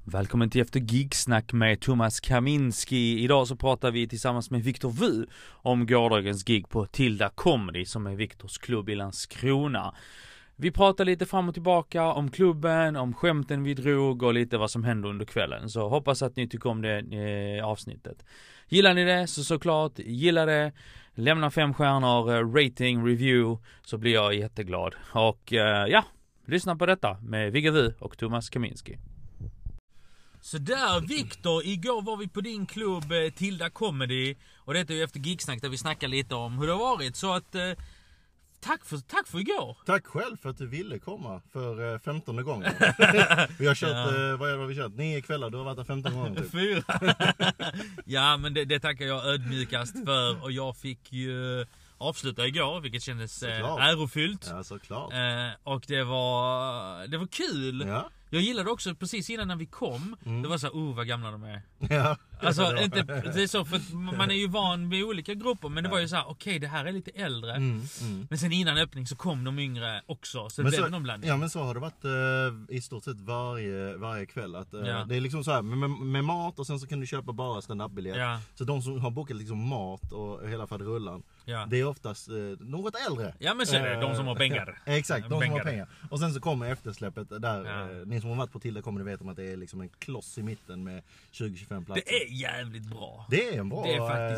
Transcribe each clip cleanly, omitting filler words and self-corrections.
Välkommen till Efter Gigsnack med Thomas Kaminski. Idag så pratar vi tillsammans med Viktor Wu om gårdagens gig på Tilda Comedy som är Viktors klubb i Landskrona. Vi pratar lite fram och tillbaka om klubben, om skämten vi drog och lite vad som hände under kvällen. Så hoppas att ni tycker om det avsnittet. Gillar ni det så såklart, gilla det. Lämna 5 stjärnor, rating, review så blir jag jätteglad. Och lyssna på detta med Viktor Wu och Thomas Kaminski. Så där Viktor, igår var vi på din klubb Tilda Comedy och det är ju Efter Gigsnack där vi snackar lite om hur det har varit. Så att tack för igår. Tack själv för att du ville komma för 15:e gången. Vi har kört, vad har vi kört? 9 kvällar, du har varit där 15 gånger typ. 4. Ja men det tackar jag ödmjukast för och jag fick ju avsluta igår, vilket kändes ärofyllt. Ja, såklart. Och det var kul. Ja. Jag gillade också precis innan när vi kom. Det var så vad gamla de är. Ja. Alltså inte det är så för att man är ju van vid olika grupper, men det var ju så här okej, det här är lite äldre. Men sen innan öppning så kom de yngre också, så det blev någon blandning. Ja, men så har det varit i stort sett varje kväll att det är liksom så här med mat och sen så kan du köpa bara stand-up-biljett. Ja. Så de som har bokat liksom mat och hela faderullan. Ja. Det är oftast något äldre. Ja, men så är det de som har pengar. Exakt, de som har pengar. Och sen så kommer eftersläppet där ni som har varit på Tilda kommer ni veta om att det är liksom en kloss i mitten med 20-25 platser. Det är jävligt bra. Det är en bra,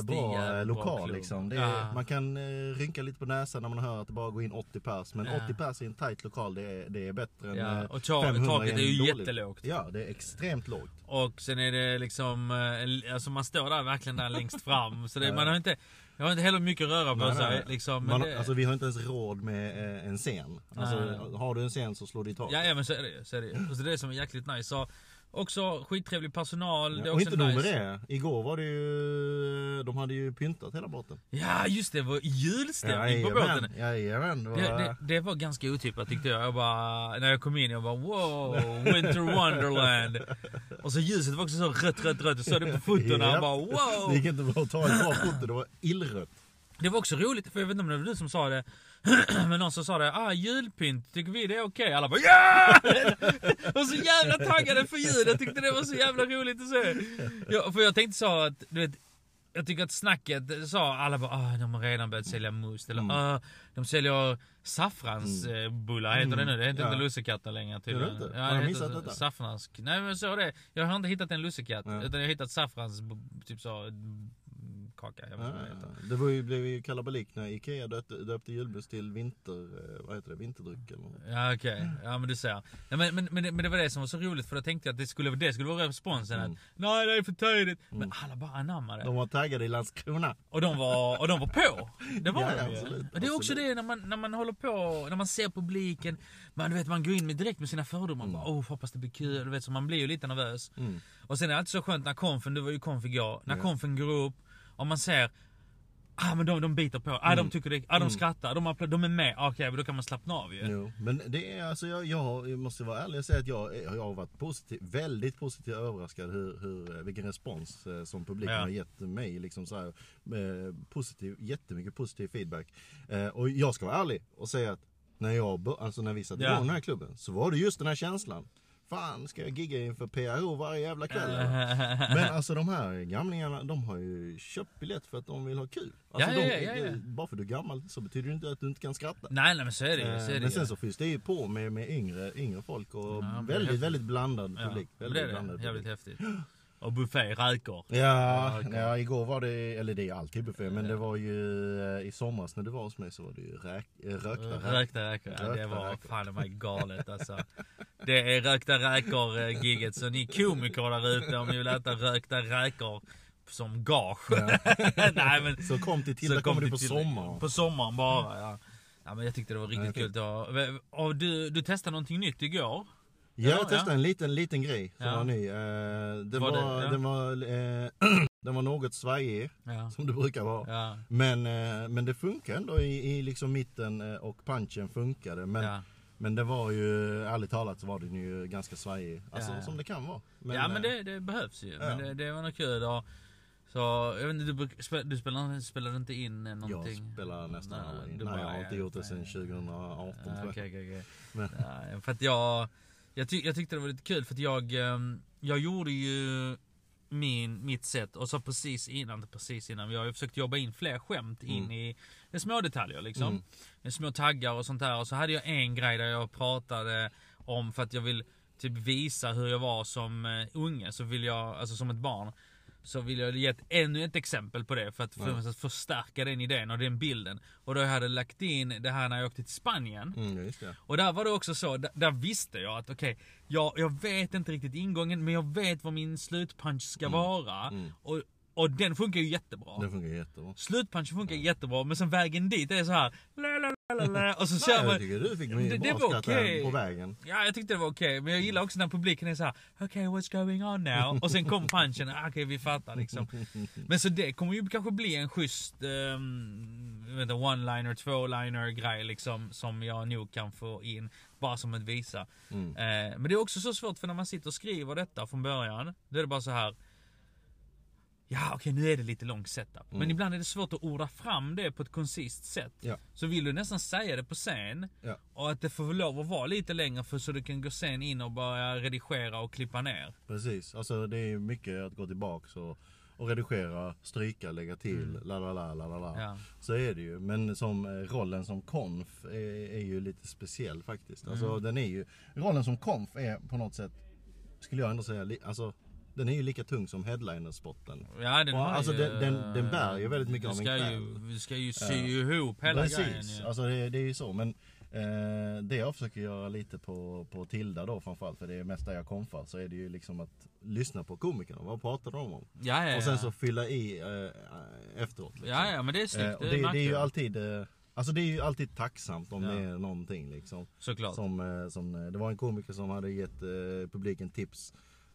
bra lokal bra liksom. Man kan rynka lite på näsan när man hör att det bara går in 80 pers. Men 80 pers i en tight lokal, det är bättre än och 500. Taket är ju jättelågt. Ja, det är extremt lågt. Och sen är det liksom, alltså man står där verkligen där längst fram. Så det, jag har inte heller mycket att röra på sig. Liksom, alltså vi har inte ens råd med en scen. Alltså, har du en scen så slår du i taket. Ja men så är det. Och så det är som är jäkligt nice. Så också skittrevlig personal. Ja, det är och också inte nice. Nog med det. Igår var det ju, de hade ju pyntat hela båten. Ja just det, var julstämning på båten. Jajamän. Det var ganska otippat tyckte jag. När jag kom in jag bara wow, Winter Wonderland. Och så ljuset var också så rött. Och så det på fotona och bara wow. Det gick inte bra att ta ett bra foto, det var illrött. Det var också roligt, för jag vet inte om det var du som sa det. Men någon som sa det, julpynt, tycker vi det är okej? Alla bara, ja! Och så jävla taggade för jul, jag tyckte det var så jävla roligt att se. För jag tänkte så att, du vet, jag tycker att snacket sa, alla bara, de har redan börjat sälja must. Eller, de säljer saffransbullar, heter det nu. Det heter inte lussekatter längre tydligen. Ja, har jag missat detta? Saffrans. Nej men så det. Jag har inte hittat en lussekatt, utan jag har hittat saffrans, typ så kaka. Det blev ju kalabalik när Ikea döpte julmust till vinterdryck eller. Ja okej. Ja men du ser. Ja, men det var det som var så roligt, för då tänkte jag att det skulle vara responsen att nej det är för tidigt. Men alla bara anammade. De var taggade i Landskrona. Och de var på. Det var de ju. Absolut. Och det är också det när man håller på, när man ser publiken, man går in direkt med sina fördomar. Bara, hoppas det blir kul, du vet, så man blir ju lite nervös. Och sen är det alltid så skönt när konfen, det var ju konf igår, när konfen går upp och man ser men de biter på, de tycker det, de skrattar, de är med, okej, men då kan man slappna av ju. Jo, men det är alltså jag måste vara ärlig och säga att jag har varit väldigt positivt överraskad vilken respons som publiken har gett mig liksom så här, jättemycket positiv feedback. Och jag ska vara ärlig och säga att när vi satte igång den här klubben så var det just den här känslan. Fan, ska jag gigga inför PRO varje jävla kväll? Men alltså de här gamlingarna, de har ju köpt biljett för att de vill ha kul. Alltså bara för att du är gammal så betyder det inte att du inte kan skratta. Nej men så är det. Men sen så finns det ju på med yngre folk och väldigt blandad publik. Jävligt häftigt. Och buffé, räkor. Ja, igår var det, eller det är alltid buffé, men det var ju i somras när du var hos mig så var det ju rökta räkor. Ja, det var fan mig galet alltså. Det är rökta räkor-gigget, så ni komiker där ute om ni vill äta rökta räkor som gage. Nej, men så kom till Tilda Comedy på sommaren. På sommaren bara, ja men jag tyckte det var riktigt kul. Och du testade någonting nytt igår. Ja, jag testade en liten grej som var ny. Den var något svajig, som det brukar vara. Ja. Men det funkar ändå i liksom mitten och punchen funkade. Men det var ju, ärligt talat så var den ju ganska svajig. Alltså som det kan vara. Men det behövs ju. Ja. Men det var nog kul då. Så jag vet inte, du spelar inte in någonting? Jag spelar nästan aldrig in. Nej, jag har inte gjort det sedan 2018 tror jag. Okej. För att Jag tyckte det var lite kul för att jag gjorde ju mitt sätt och så precis innan vi har ju försökt jobba in fler skämt in i små detaljer liksom. Små taggar och sånt där, och så hade jag en grej där jag pratade om, för att jag vill typ visa hur jag var som unge, så vill jag, alltså som ett barn, så vill jag ge ännu ett exempel på det för att förstärka den idén och den bilden. Och då hade jag lagt in det här när jag åkte till Spanien. Just det. Och där var det också så, där visste jag att okej, jag vet inte riktigt ingången, men jag vet vad min slutpunch ska vara. Och den funkar ju jättebra. Den funkar jättebra. Slutpunchen funkar jättebra, men sen vägen dit är så här. Och så kör man. Jag tycker du fick mig bra skratt på vägen. Ja, jag tyckte det var okej. Men jag gillar också när publiken är så här: okej, what's going on now? Och sen kom punchen. Okej, vi fattar liksom. Men så det kommer ju kanske bli en schysst one-liner, två-liner grej liksom, som jag nog kan få in bara som ett visa. Men det är också så svårt, för när man sitter och skriver detta från början, då är det bara så här. Ja, okej, nu är det lite lång setup. Men ibland är det svårt att orda fram det på ett konsist sätt. Ja. Så vill du nästan säga det på scen. Ja. Och att det får lov att vara lite längre, för så du kan gå sen in och börja redigera och klippa ner. Precis, alltså det är mycket att gå tillbaks och redigera, stryka, lägga till, Ja. Så är det ju. Men som rollen som konf är ju lite speciell faktiskt. Alltså den är ju, rollen som konf är på något sätt, skulle jag ändå säga, alltså den är ju lika tung som headliner-spotten. Ja, den bär ju väldigt mycket av en kväll. Vi ska ju sy ihop hela grejen. Precis, alltså det är ju så. Men det jag försöker göra lite på Tilda då framförallt, för det är mest där jag konfar, så är det ju liksom att lyssna på komikerna. Vad pratar de om? Ja. Och sen så fylla i efteråt. Liksom. Ja, men det är snyggt. Och det är ju alltid... Alltså det är ju alltid tacksamt om det är någonting liksom. Såklart. Som det var en komiker som hade gett publiken tips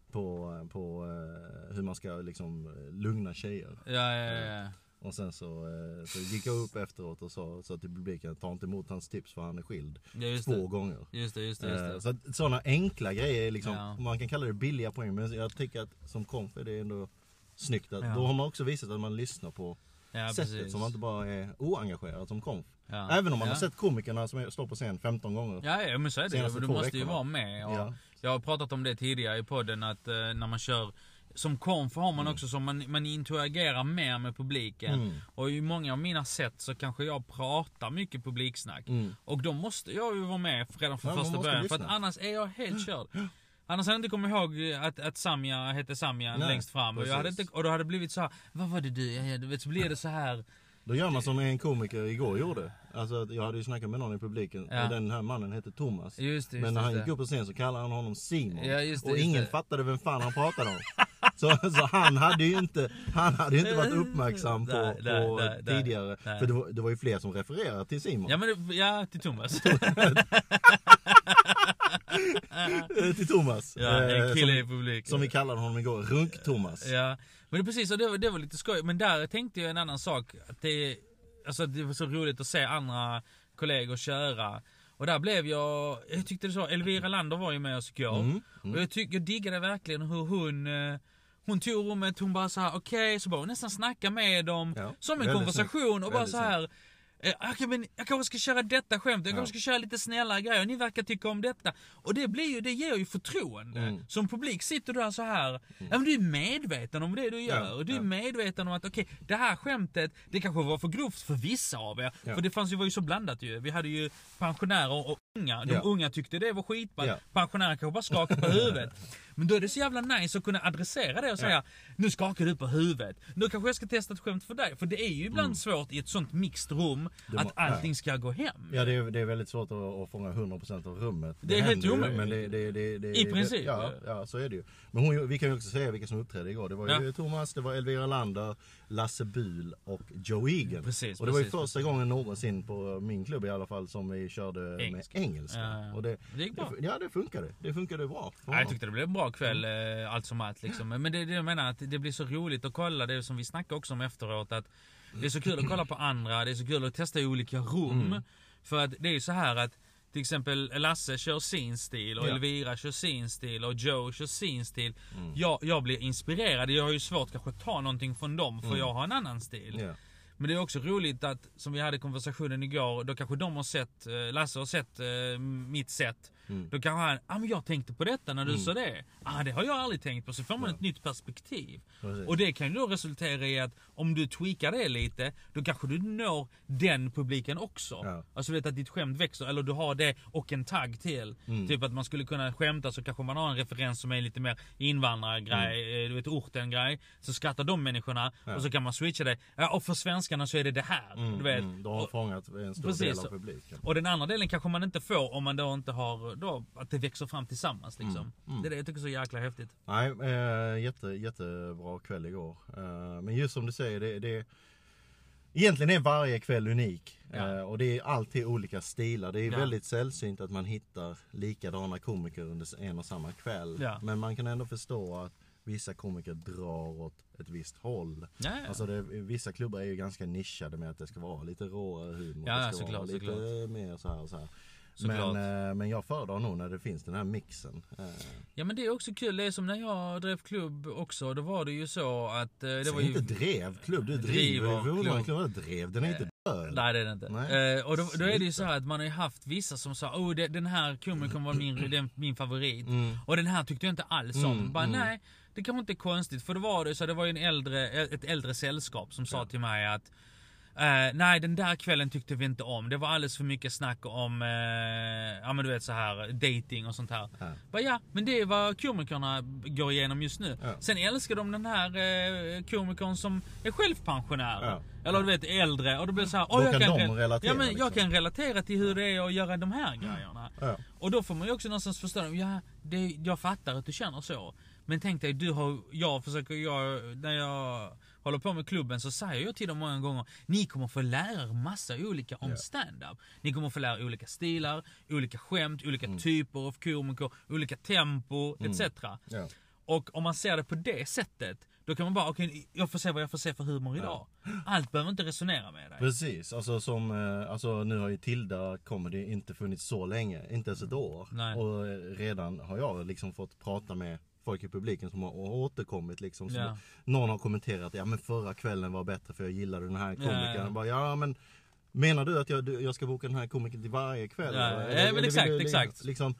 på hur man ska liksom lugna tjejer. Ja. Och sen så gick jag upp efteråt och sa till publiken: ta inte emot hans tips för han är skild 2 gånger. Just det. Så sådana enkla grejer liksom, man kan kalla det billiga poäng, men jag tycker att som konf är det ändå snyggt att då har man också visat att man lyssnar på sättet, precis. Som man inte bara är oengagerad som konf. Även om man har sett komikerna som står på scen 15 gånger. Ja, men så är det. Du måste ju vara med. Och jag har pratat om det tidigare i podden, att när man kör som konf har man också som man interagerar mer med publiken. Och i många av mina sätt så kanske jag pratar mycket publiksnack. Och då måste jag ju vara med redan från första början, för att annars är jag helt körd. Annars hade jag inte kommit ihåg att Samia hette Samia längst fram. Och då hade det blivit så här: vad var det du vet, så blir det så här. Då gör man som en komiker igår gjorde. Alltså jag hade ju snackat med någon i publiken och den här mannen hette Thomas. Men när han gick upp på scen så kallade han honom Simon. Och ingen fattade vem fan han pratade om. Så han hade ju inte varit uppmärksam på tidigare. För det var ju fler som refererade till Simon. Ja, men till Thomas. Till Thomas. Ja, en kille i publiken. Som vi kallade honom igår, Runk-Thomas. Ja, men det precis, och det var lite skoj. Men där tänkte jag en annan sak, att det var så roligt att se andra kollegor köra. Och där blev jag tyckte det så, Elvira Lander var ju med oss igår. Och jag diggade verkligen hur hon tog rummet, hon bara så här: okej, så bara hon nästan snacka med dem som en konversation och bara så här: jag kanske ska köra detta skämt, jag kanske ska köra lite snälla grejer, ni verkar tycka om detta. Och det ger ju förtroende. Som publik sitter du där så här, ja, men du är medveten om det du gör. Och du är medveten om att okej, det här skämtet, det kanske var för grovt för vissa av er. För det var ju så blandat ju. Vi hade ju pensionärer och unga. De unga tyckte det var skitball. Pensionärer kanske bara skakade på huvudet. Men då är det så jävla nice att kunna adressera det och säga: nu skakar du på huvudet, nu kanske jag ska testa ett skämt för dig. För det är ju ibland svårt i ett sånt mixed rum att allting ska gå hem. Ja, det är väldigt svårt att fånga 100% av rummet. Det är helt omöjligt. Men det i princip. Ja, så är det ju. Men vi kan ju också säga vilka som uppträdde igår. Det var ju Thomas, det var Elvira Lander, Lasse Bül och Joe Egan. Precis, och det var ju första gången någonsin på min klubb i alla fall som vi körde med engelska. Och det gick bra. Det funkade. Det funkade bra. Jag tyckte det blev en bra kväll, allt som allt liksom. Men det jag menar, att det blir så roligt att kolla det som vi snackade också om efteråt, att det är så kul att kolla på andra, det är så kul att testa i olika rum. För att det är så här att till exempel Lasse kör sin stil och Elvira kör sin stil och Joe kör sin stil. Jag blir inspirerad. Jag har ju svårt kanske att ta någonting från dem, för jag har en annan stil. Men det är också roligt att, som vi hade konversationen igår, då kanske de har sett, Lasse har sett mitt sätt. Då kan han, men jag tänkte på detta när du sa det. Det har jag aldrig tänkt på. Så får man ett nytt perspektiv. Precis. Och det kan ju då resultera i att om du tweakar det lite, då kanske du når den publiken också. Ja. Alltså vet att ditt skämt växer, eller du har det och en tagg till. Typ att man skulle kunna skämta, så kanske man har en referens som är lite mer invandrargrej, du vet, orten-grej. Så skrattar de människorna och så kan man switcha det. Och för svenskarna så är det här. Du vet. De har fångat en stor del av publiken. Och den andra delen kanske man inte får om man då inte har då, att det växer fram tillsammans liksom. Det är det jag tycker är så jäkla häftigt. Nej, jättebra kväll igår. Men just som du säger, det egentligen är varje kväll unik. Och det är alltid olika stilar. Det är väldigt sällsynt att man hittar likadana komiker under en och samma kväll. Men man kan ändå förstå att vissa komiker drar åt ett visst håll. Alltså vissa klubbar är ju ganska nischade med att det ska vara lite råare humor. Det ska vara lite mer så här och så här. Men jag föredrar nog när det finns den här mixen. Ja, men det är också kul. Det är som när jag drev klubb också. Då var det ju så att det så var ju inte drev klubb, du driver klubb. Drev, den är inte död. Nej, det är det inte. Och då är det ju så här att man har ju haft vissa som sa den här komikern var min favorit. Och den här tyckte jag inte alls om. Nej, det kan inte konstigt. För då var det så, det var ju ett äldre sällskap som sa till mig att nej, den där kvällen tyckte vi inte om. Det var alldeles för mycket snack om men du vet så här dating och sånt här. Men det är vad komikerna går igenom just nu. Sen älskar de den här komikern som är självpensionär. Eller du vet, äldre. Och då blir det så här, jag kan relatera till hur det är att göra de här grejerna. Och då får man ju också någonstans förstå, jag fattar att du känner så. Men tänk dig, när jag håller på med klubben så säger jag till dem många gånger, ni kommer få lära er massa olika om stand-up. Ni kommer få lära er olika stilar, olika skämt, olika typer av komiker, olika tempo, etc. Och om man ser det på det sättet, då kan man bara, jag får se vad jag får se för humor idag. Allt behöver inte resonera med dig. Precis, alltså nu har ju Tilda Comedy inte funnits så länge, inte ens ett år. Och redan har jag liksom fått prata med folk i publiken som har återkommit liksom. Någon har kommenterat, men förra kvällen var bättre för jag gillade den här komikern. Bara, men menar du att jag ska boka den här komikern till varje kväll? Men exakt. Liksom,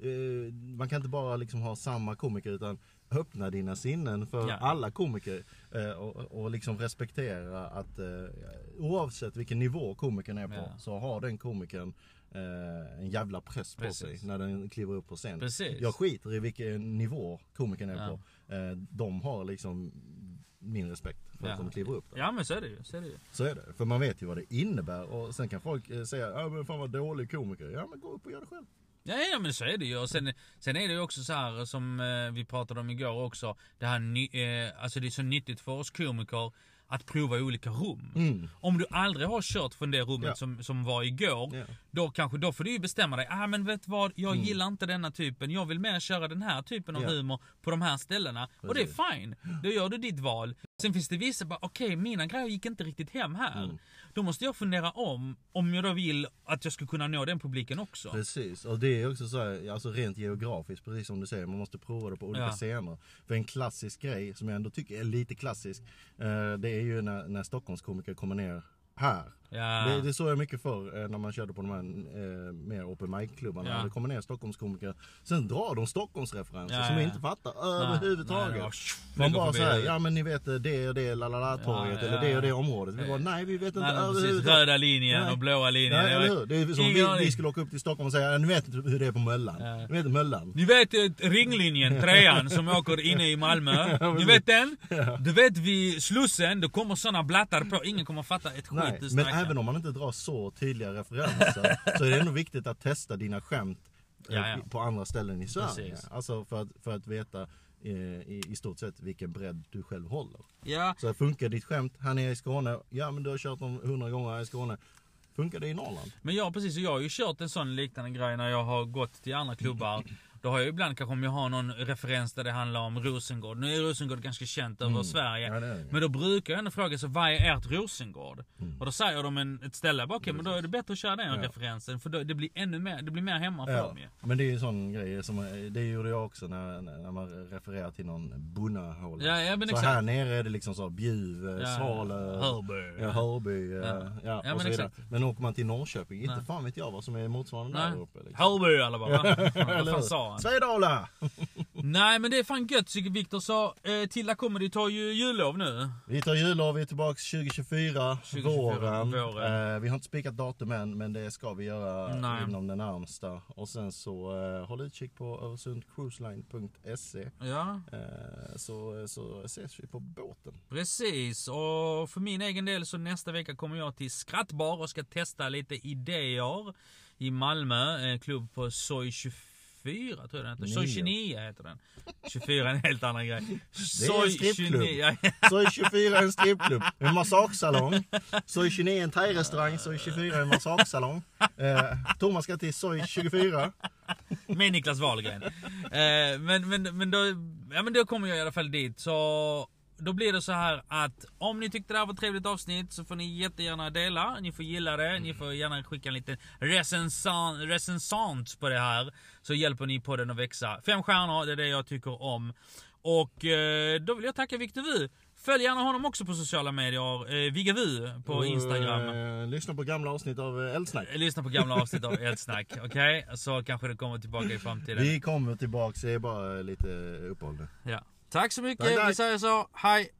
man kan inte bara liksom ha samma komiker, utan öppna dina sinnen för alla komiker och liksom respektera att oavsett vilken nivå komikern är på, så har den komikern en jävla press på sig när den kliver upp på scen. Jag skiter i vilken nivå komikern är på. De har liksom min respekt för att de kliver upp där. Ja, men så är det ju. Så är det. För man vet ju vad det innebär. Och sen kan folk säga, men fan vad dålig komiker. Ja, men gå upp och gör det själv. Ja, men så är det ju. Och sen är det ju också så här som vi pratade om igår också. Det här alltså det är så nyttigt för oss komiker att prova olika rum. Om du aldrig har kört från det rummet som var igår, då får du ju bestämma dig. Men vet vad, jag gillar inte denna typen. Jag vill mer köra den här typen av humor på de här ställena. Och det är fine. Då gör du ditt val. Sen finns det vissa bara, mina grejer gick inte riktigt hem här. Då måste jag fundera om jag då vill att jag ska kunna nå den publiken också. Precis, och det är också så här, alltså rent geografiskt, precis som du säger, man måste prova det på olika scener. För en klassisk grej som jag ändå tycker är lite klassisk, det är ju när Stockholmskomiker kommer ner här. Det såg jag mycket för när man körde på de här mer open mic-klubbarna. Det kommer ner Stockholmskomiker, sen drar de Stockholmsreferenser som jag inte fattar överhuvudtaget. Man bara säger, men ni vet det och det Lalala-torget eller det och det området. Vi bara, nej vi vet inte överhuvudtaget. Röda linjen och blåa linjen. Det är som vi skulle åka upp till Stockholm och säga, ni vet inte hur det är på Möllan. Ni vet Möllan. Ni vet ringlinjen, trean som åker inne i Malmö. Ni vet den? Du vet vid Slussen, då kommer såna blattar på. Ingen kommer fatta ett skit. Men även om man inte drar så tydliga referenser så är det ändå viktigt att testa dina skämt på andra ställen i Sverige. Precis. Alltså för att veta i stort sett vilken bredd du själv håller. Så funkar ditt skämt här nere i Skåne, men du har kört dem 100 gånger här i Skåne. Funkar det i Norrland? Men precis, jag har ju kört en sån liknande grej när jag har gått till andra klubbar. Då har jag ibland kanske om jag har någon referens där det handlar om Rosengård. Nu är Rosengård ganska känt över Sverige. Ja, det. Men då brukar jag ändå fråga så vad är ert Rosengård? Och då säger de ett ställe, okej, men då är det bättre att köra den referensen. För då, det blir ännu mer, det blir mer hemma för dem ju. Men det är ju en sån grej som, det gjorde jag också när man refererar till någon bonnahål. Ja, men så exakt. Här nere är det liksom så Bjuv, Svalöv, Hörby. Hörby, och så vidare. Men åker man till Norrköping, inte fan vet jag vad som är motsvarande där uppe. Liksom. Hörby alla bara. Vad fan sa han? Svedala! Nej, men det är fan gött, tycker Viktor sa. Tilda Comedy tar ju jullov nu. Vi tar jullov, vi är tillbaka 2024, våren. Vi har inte spikat datum än, men det ska vi göra inom den närmsta. Och sen så håll utkik på öresundcruiseline.se. Ja. Så ses vi på båten. Precis, och för min egen del så nästa vecka kommer jag till Skrattbar och ska testa lite idéer i Malmö. En klubb på Soy 24 tror jag den heter. Soy 29 heter den. 24 är en helt annan grej. Det är en strippklubb. Soy 24 är en strippklubb. En massagesalong. Soy 29 är en thai-restaurang. Soy 24 är en massagesalong. Thomas ska till Soy 24. Med Niklas Wahlgren. Men då kommer jag i alla fall dit. Så då blir det så här att om ni tyckte det här var ett trevligt avsnitt så får ni jättegärna dela. Ni får gilla det. Ni får gärna skicka en liten recensant på det här. Så hjälper ni på den att växa. 5 stjärnor, det är det jag tycker om. Och då vill jag tacka Viktor Vu. Följ gärna honom också på sociala medier. Vigga Vu på Instagram. Lyssna på gamla avsnitt av Eldsnack. Okej? Så kanske det kommer tillbaka i framtiden. Vi kommer tillbaka, det är bara lite uppehåll nu. Ja. Tack så mycket, Tack. vi säger så. Hej!